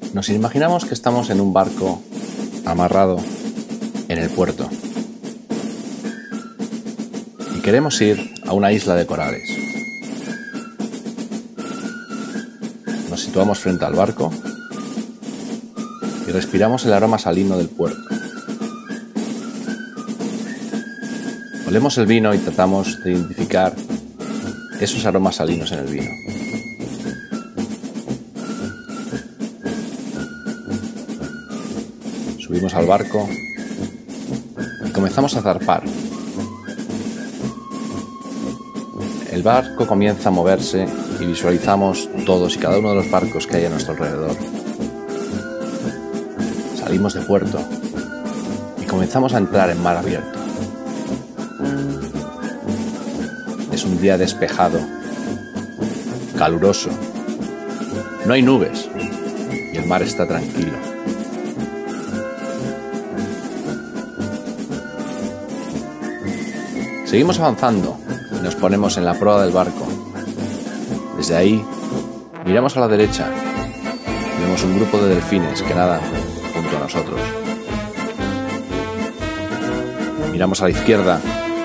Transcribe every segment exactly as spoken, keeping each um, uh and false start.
Nos imaginamos que estamos en un barco amarrado en el puerto y queremos ir a una isla de corales. Nos situamos frente al barco y respiramos el aroma salino del puerto. Olemos el vino y tratamos de identificar esos aromas salinos en el vino. Subimos al barco y comenzamos a zarpar. El barco comienza a moverse y visualizamos todos y cada uno de los barcos que hay a nuestro alrededor. Salimos de puerto y comenzamos a entrar en mar abierto. Es un día despejado, caluroso. No hay nubes y el mar está tranquilo. Seguimos avanzando y nos ponemos en la proa del barco. Desde ahí miramos a la derecha y vemos un grupo de delfines que nadan junto a nosotros. Miramos a la izquierda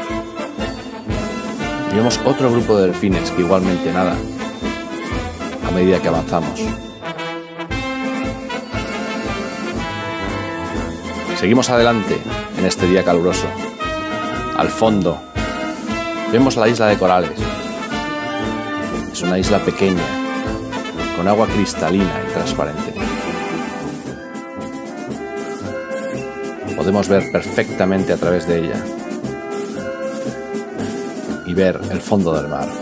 y vemos otro grupo de delfines que igualmente nadan a medida que avanzamos. Seguimos adelante en este día caluroso. Al fondo vemos la isla de corales. Es una isla pequeña, con agua cristalina y transparente. Podemos ver perfectamente a través de ella y ver el fondo del mar.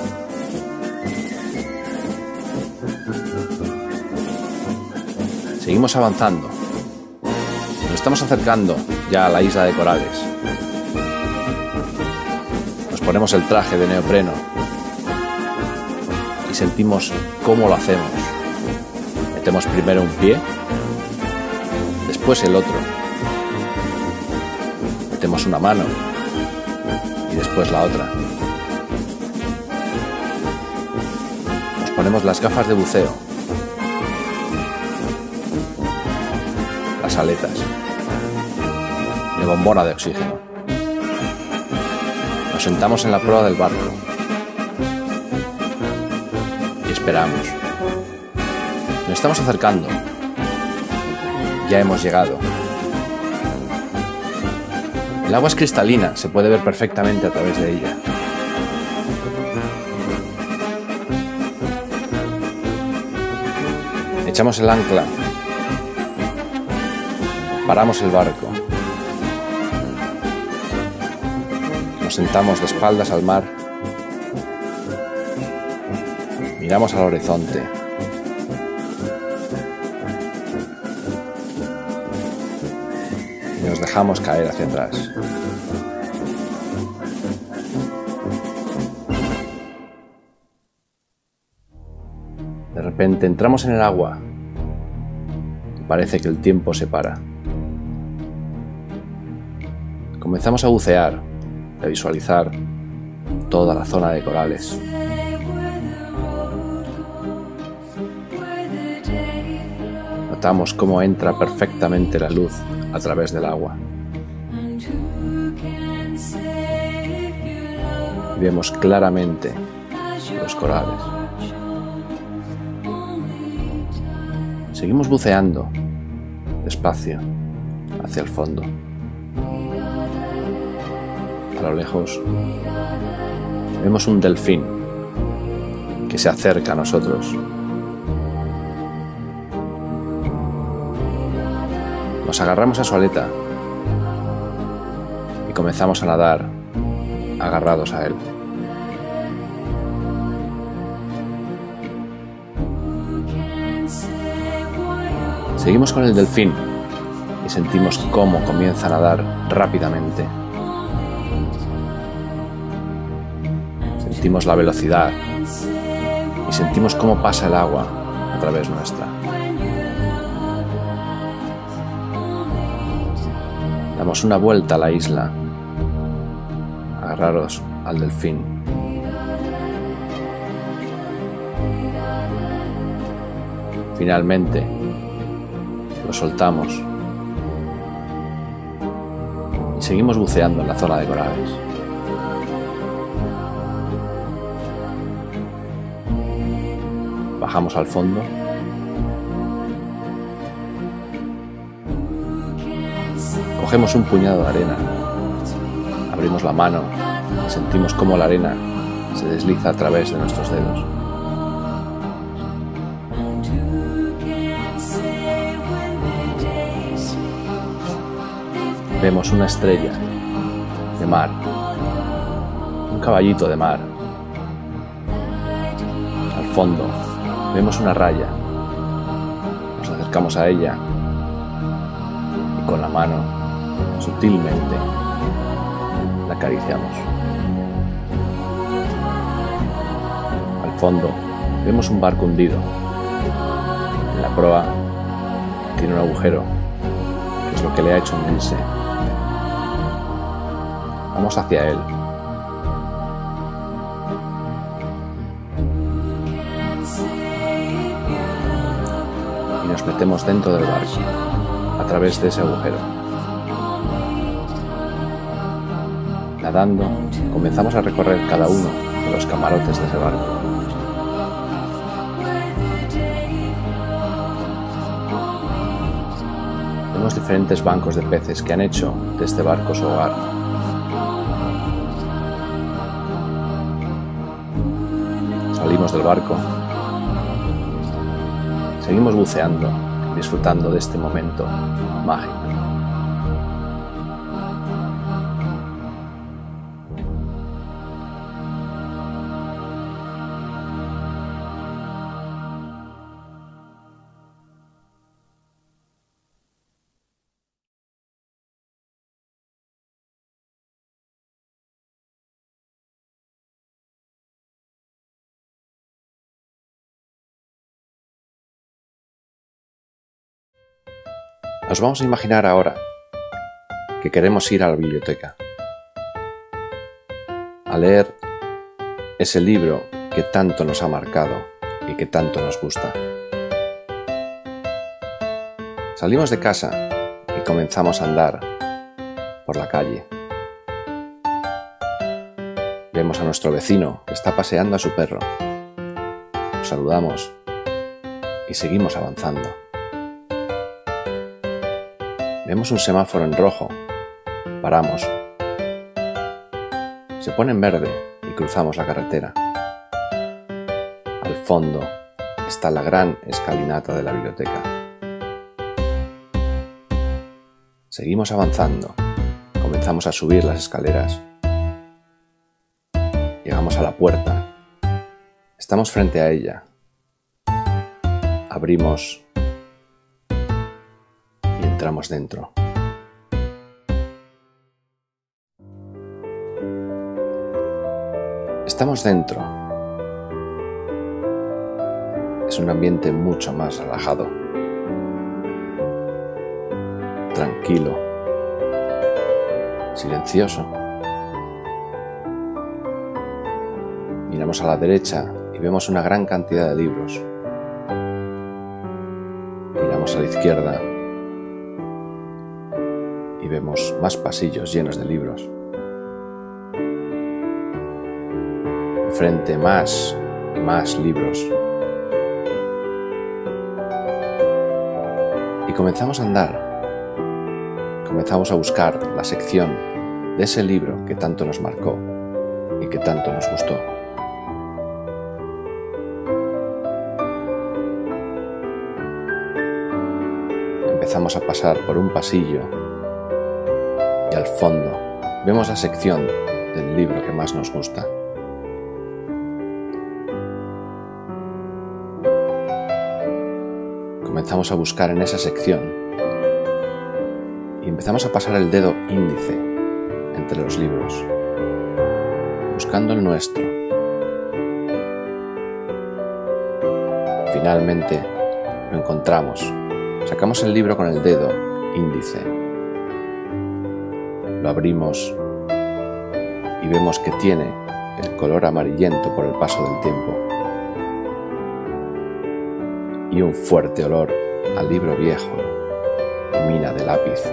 Seguimos avanzando. Nos estamos acercando ya a la isla de corales. Nos ponemos el traje de neopreno y sentimos cómo lo hacemos. Metemos primero un pie, después el otro. Metemos una mano y después la otra. Nos ponemos las gafas de buceo, las aletas, la bombona de oxígeno. Nos sentamos en la proa del barco y esperamos. Nos estamos acercando. Ya hemos llegado. El agua es cristalina, se puede ver perfectamente a través de ella. Echamos el ancla. Paramos el barco. Nos sentamos de espaldas al mar. Miramos al horizonte. Y nos dejamos caer hacia atrás. De repente entramos en el agua y parece que el tiempo se para. Comenzamos a bucear, a visualizar toda la zona de corales. Notamos cómo entra perfectamente la luz a través del agua. Y vemos claramente los corales. Seguimos buceando despacio hacia el fondo. A lo lejos vemos un delfín que se acerca a nosotros. Nos agarramos a su aleta y comenzamos a nadar agarrados a él. Seguimos con el delfín y sentimos cómo comienza a nadar rápidamente. Sentimos la velocidad y sentimos cómo pasa el agua a través nuestra. Damos una vuelta a la isla, agarraros al delfín. Finalmente, Lo soltamos y seguimos buceando en la zona de corales. Bajamos al fondo. Cogemos un puñado de arena. Abrimos la mano. Sentimos cómo la arena se desliza a través de nuestros dedos. Vemos una estrella de mar, un caballito de mar. Al fondo vemos una raya. Nos acercamos a ella y con la mano, sutilmente, la acariciamos. Al fondo vemos un barco hundido. En la proa tiene un agujero, que es lo que le ha hecho hundirse. Vamos hacia él. Y nos metemos dentro del barco, a través de ese agujero. Nadando, comenzamos a recorrer cada uno de los camarotes de ese barco. Vemos diferentes bancos de peces que han hecho de este barco su hogar. Salimos del barco, seguimos buceando, disfrutando de este momento mágico. Nos vamos a imaginar ahora que queremos ir a la biblioteca a leer ese libro que tanto nos ha marcado y que tanto nos gusta. Salimos de casa y comenzamos a andar por la calle. Vemos a nuestro vecino que está paseando a su perro. Nos saludamos y seguimos avanzando. Vemos un semáforo en rojo. Paramos. Se pone en verde y cruzamos la carretera. Al fondo está la gran escalinata de la biblioteca. Seguimos avanzando. Comenzamos a subir las escaleras. Llegamos a la puerta. Estamos frente a ella. Abrimos y entramos dentro. Estamos dentro. Es un ambiente mucho más relajado, tranquilo, silencioso. Miramos a la derecha y vemos una gran cantidad de libros. Miramos a la izquierda y vemos más pasillos llenos de libros. Enfrente más y más libros. Y comenzamos a andar. Comenzamos a buscar la sección de ese libro que tanto nos marcó y que tanto nos gustó. Empezamos a pasar por un pasillo y al fondo vemos la sección del libro que más nos gusta. Comenzamos a buscar en esa sección y empezamos a pasar el dedo índice entre los libros, buscando el nuestro. Finalmente lo encontramos. Sacamos el libro con el dedo índice. Lo abrimos y vemos que tiene el color amarillento por el paso del tiempo y un fuerte olor al libro viejo y mina de lápiz.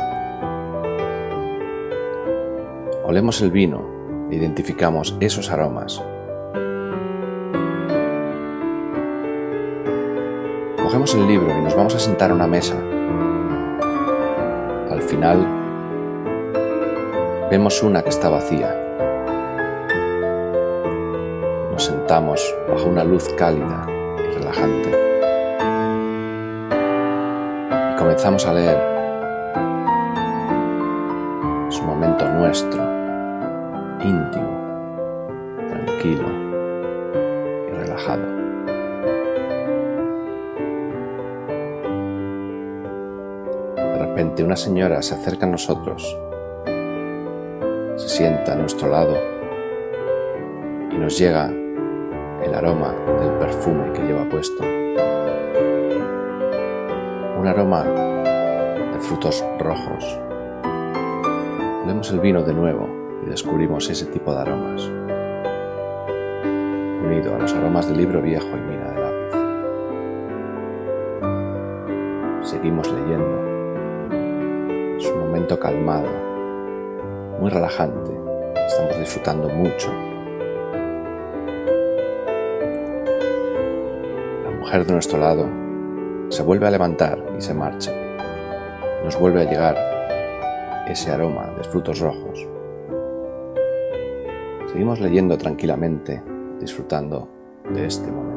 Olemos el vino e identificamos esos aromas. Cogemos el libro y nos vamos a sentar a una mesa. Al final, vemos una que está vacía. Nos sentamos bajo una luz cálida y relajante. Y comenzamos a leer. Es un momento nuestro, íntimo, tranquilo y relajado. De repente una señora se acerca a nosotros, se sienta a nuestro lado y nos llega el aroma del perfume que lleva puesto. Un aroma de frutos rojos. Olemos el vino de nuevo y descubrimos ese tipo de aromas, unido a los aromas del libro viejo y mina de lápiz. Seguimos leyendo. Es un momento calmado, muy relajante. Estamos disfrutando mucho. La mujer de nuestro lado se vuelve a levantar y se marcha. Nos vuelve a llegar ese aroma de frutos rojos. Seguimos leyendo tranquilamente, disfrutando de este momento.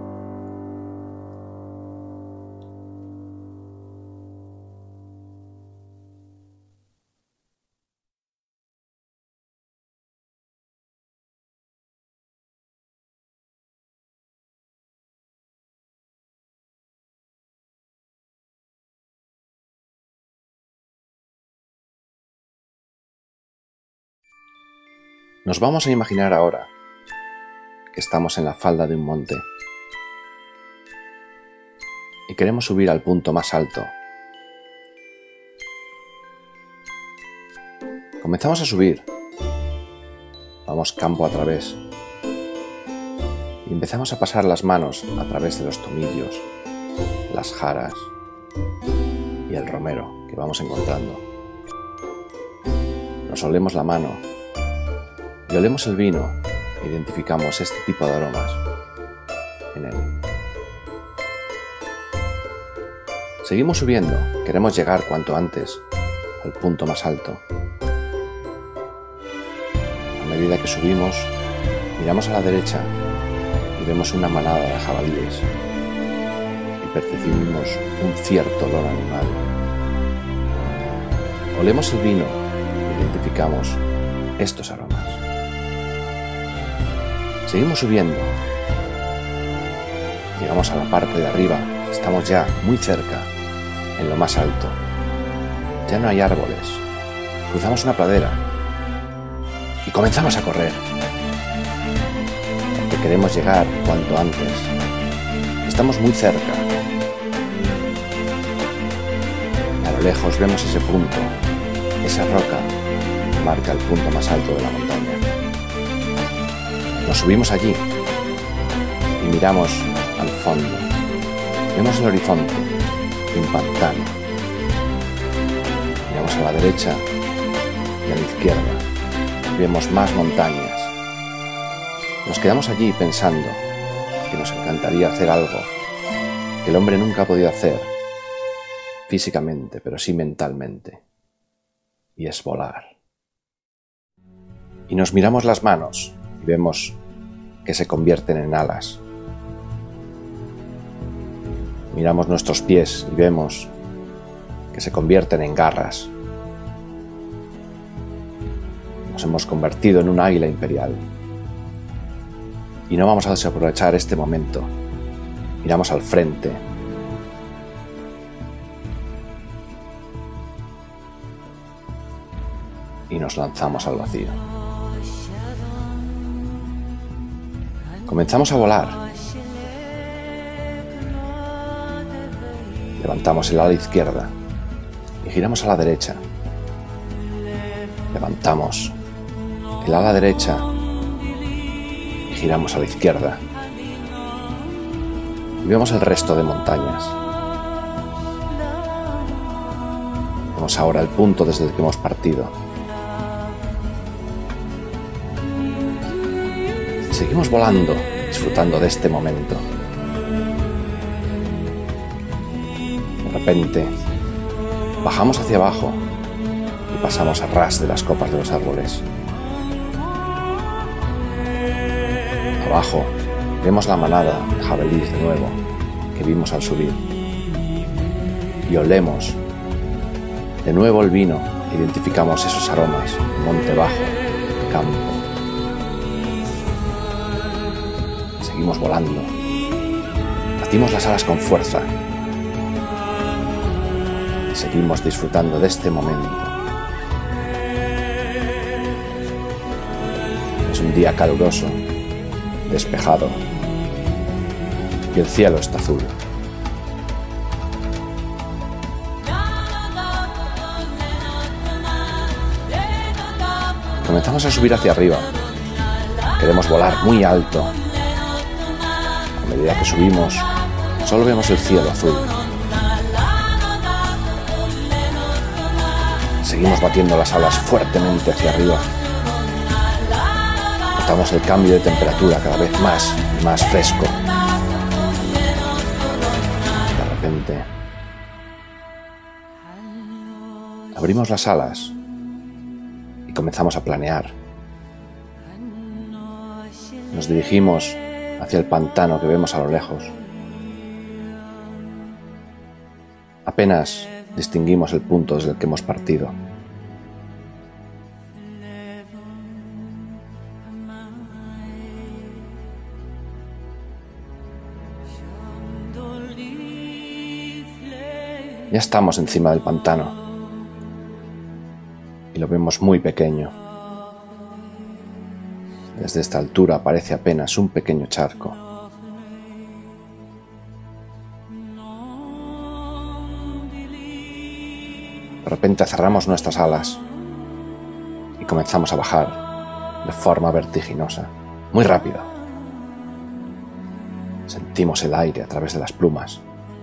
Nos vamos a imaginar ahora que estamos en la falda de un monte y queremos subir al punto más alto. Comenzamos a subir. Vamos campo a través y empezamos a pasar las manos a través de los tomillos, las jaras y el romero que vamos encontrando. Nos olemos la mano y olemos el vino e identificamos este tipo de aromas en él. Seguimos subiendo, queremos llegar cuanto antes al punto más alto. A medida que subimos, miramos a la derecha y vemos una manada de jabalíes y percibimos un cierto olor animal. Olemos el vino e identificamos estos aromas. Seguimos subiendo. Llegamos a la parte de arriba. Estamos ya muy cerca, en lo más alto. Ya no hay árboles. Cruzamos una pradera y comenzamos a correr, porque queremos llegar cuanto antes. Estamos muy cerca. A lo lejos vemos ese punto, esa roca que marca el punto más alto de la montaña. Nos subimos allí y miramos al fondo. Vemos el horizonte y un pantano. Miramos a la derecha y a la izquierda y vemos más montañas. Nos quedamos allí pensando que nos encantaría hacer algo que el hombre nunca ha podido hacer físicamente, pero sí mentalmente, y es volar. Y nos miramos las manos y vemos que se convierten en alas. Miramos nuestros pies y vemos que se convierten en garras. Nos hemos convertido en un águila imperial. Y no vamos a desaprovechar este momento. Miramos al frente. Y nos lanzamos al vacío. Comenzamos a volar. Levantamos el ala izquierda y giramos a la derecha. Levantamos el ala derecha y giramos a la izquierda. Y vemos el resto de montañas. Vemos ahora el punto desde el que hemos partido. Seguimos volando, disfrutando de este momento. De repente, bajamos hacia abajo y pasamos a ras de las copas de los árboles. Abajo, vemos la manada de jabalíes de nuevo que vimos al subir. Y olemos de nuevo el vino, identificamos esos aromas, monte bajo, campo. Seguimos volando, batimos las alas con fuerza y seguimos disfrutando de este momento. Es un día caluroso, despejado y el cielo está azul. Comenzamos a subir hacia arriba. Queremos volar muy alto. A medida que subimos, solo vemos el cielo azul. Seguimos batiendo las alas fuertemente hacia arriba. Notamos el cambio de temperatura cada vez más y más fresco. De repente, abrimos las alas y comenzamos a planear. Nos dirigimos hacia el pantano que vemos a lo lejos. Apenas distinguimos el punto desde el que hemos partido. Ya estamos encima del pantano y lo vemos muy pequeño. Desde esta altura aparece apenas un pequeño charco. De repente cerramos nuestras alas y comenzamos a bajar de forma vertiginosa, muy rápido. Sentimos el aire a través de las plumas.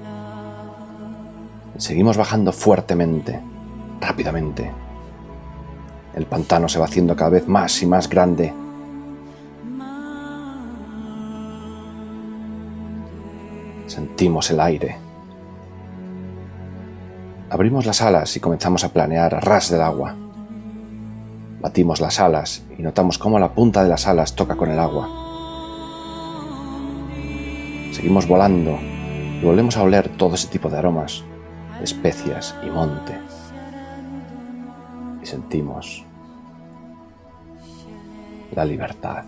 Seguimos bajando fuertemente, rápidamente. El pantano se va haciendo cada vez más y más grande. Sentimos el aire. Abrimos las alas y comenzamos a planear a ras del agua. Batimos las alas y notamos cómo la punta de las alas toca con el agua. Seguimos volando y volvemos a oler todo ese tipo de aromas, especias y monte. Y sentimos la libertad.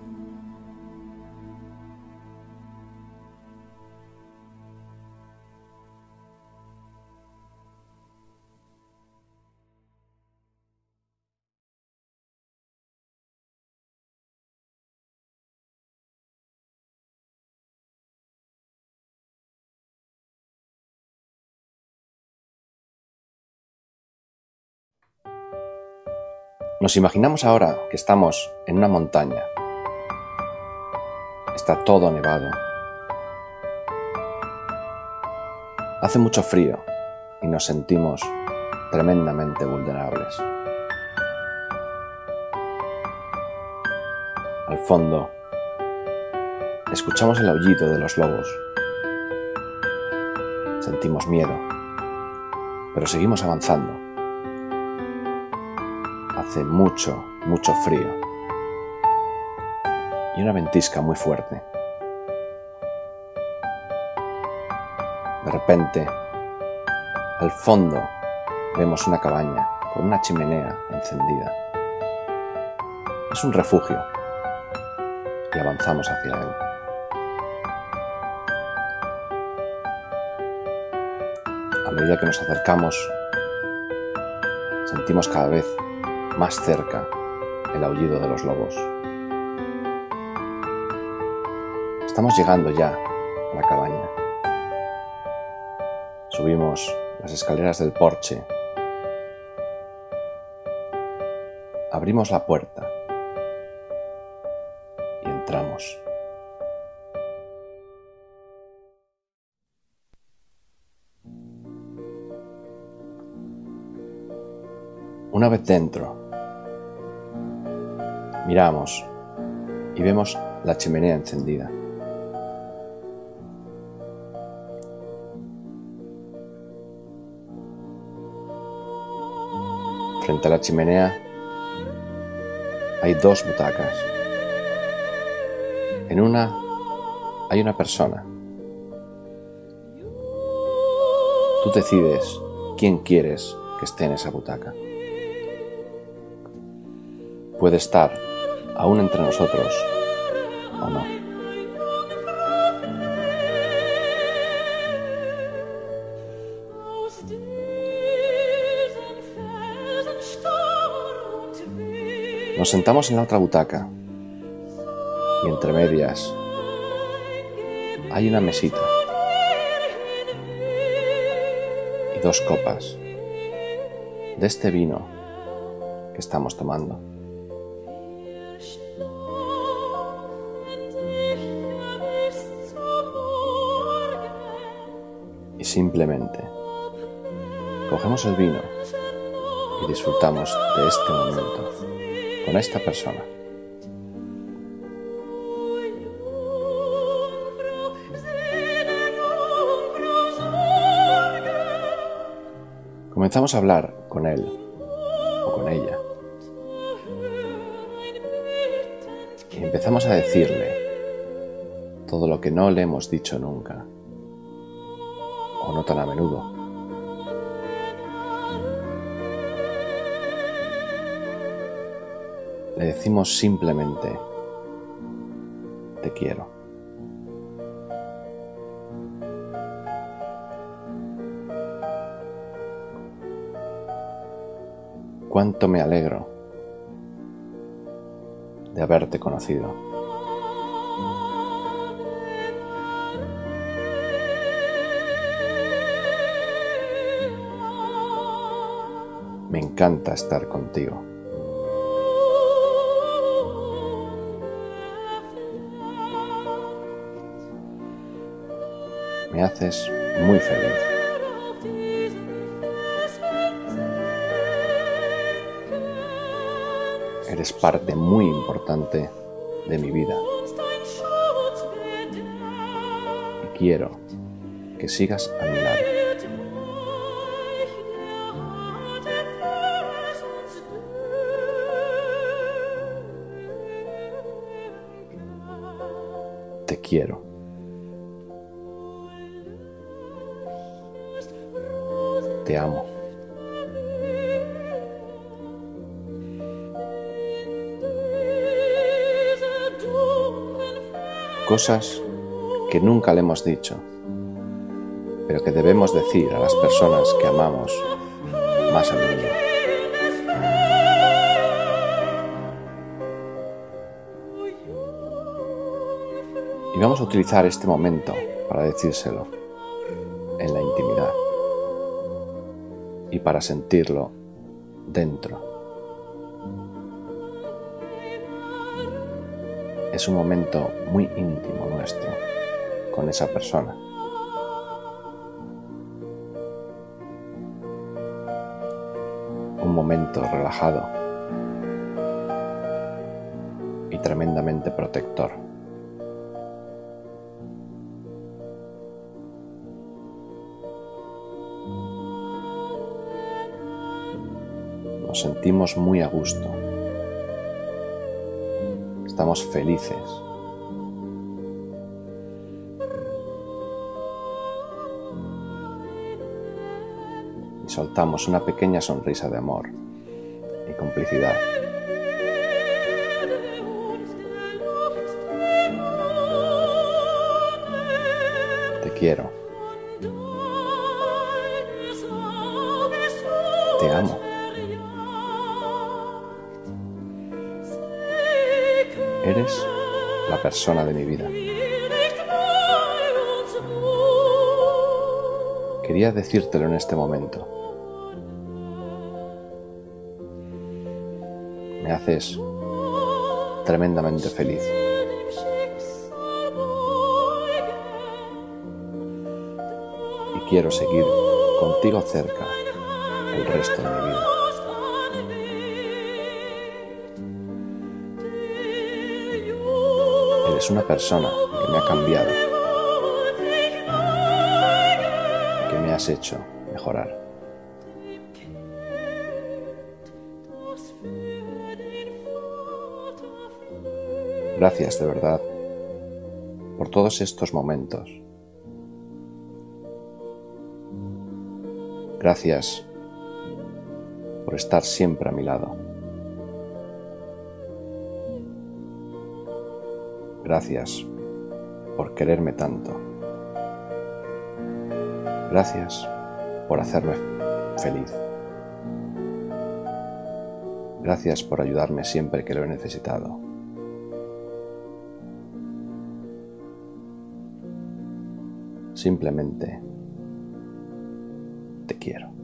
Nos imaginamos ahora que estamos en una montaña. Está todo nevado. Hace mucho frío y nos sentimos tremendamente vulnerables. Al fondo, escuchamos el aullido de los lobos. Sentimos miedo, pero seguimos avanzando. Hace mucho, mucho frío y una ventisca muy fuerte. De repente, al fondo, vemos una cabaña con una chimenea encendida. Es un refugio y avanzamos hacia él. A medida que nos acercamos, sentimos cada vez más cerca el aullido de los lobos. Estamos llegando ya a la cabaña. Subimos las escaleras del porche. Abrimos la puerta y entramos. Una vez dentro, miramos y vemos la chimenea encendida. Frente a la chimenea hay dos butacas. En una hay una persona. Tú decides quién quieres que esté en esa butaca. Puede estar aún entre nosotros o no. Nos sentamos en la otra butaca y entre medias hay una mesita y dos copas de este vino que estamos tomando. Y simplemente cogemos el vino y disfrutamos de este momento con esta persona. Comenzamos a hablar con él o con ella y empezamos a decirle todo lo que no le hemos dicho nunca o no tan a menudo. Le decimos simplemente, te quiero. Cuánto me alegro de haberte conocido. Me encanta estar contigo. Me haces muy feliz. Eres parte muy importante de mi vida. Y quiero que sigas a mi lado. Te quiero. Te amo. Cosas que nunca le hemos dicho, pero que debemos decir a las personas que amamos más a menudo. Y vamos a utilizar este momento para decírselo en la intimidad y para sentirlo dentro. Es un momento muy íntimo nuestro con esa persona. Un momento relajado y tremendamente protector. Nos sentimos muy a gusto. Estamos felices. Y soltamos una pequeña sonrisa de amor y complicidad. Te quiero. Te amo. Eres la persona de mi vida. Quería decírtelo en este momento. Me haces tremendamente feliz. Y quiero seguir contigo cerca el resto de mi vida. Eres una persona que me ha cambiado, que me has hecho mejorar. Gracias de verdad por todos estos momentos. Gracias por estar siempre a mi lado. Gracias por quererme tanto. Gracias por hacerme feliz. Gracias por ayudarme siempre que lo he necesitado. Simplemente te quiero.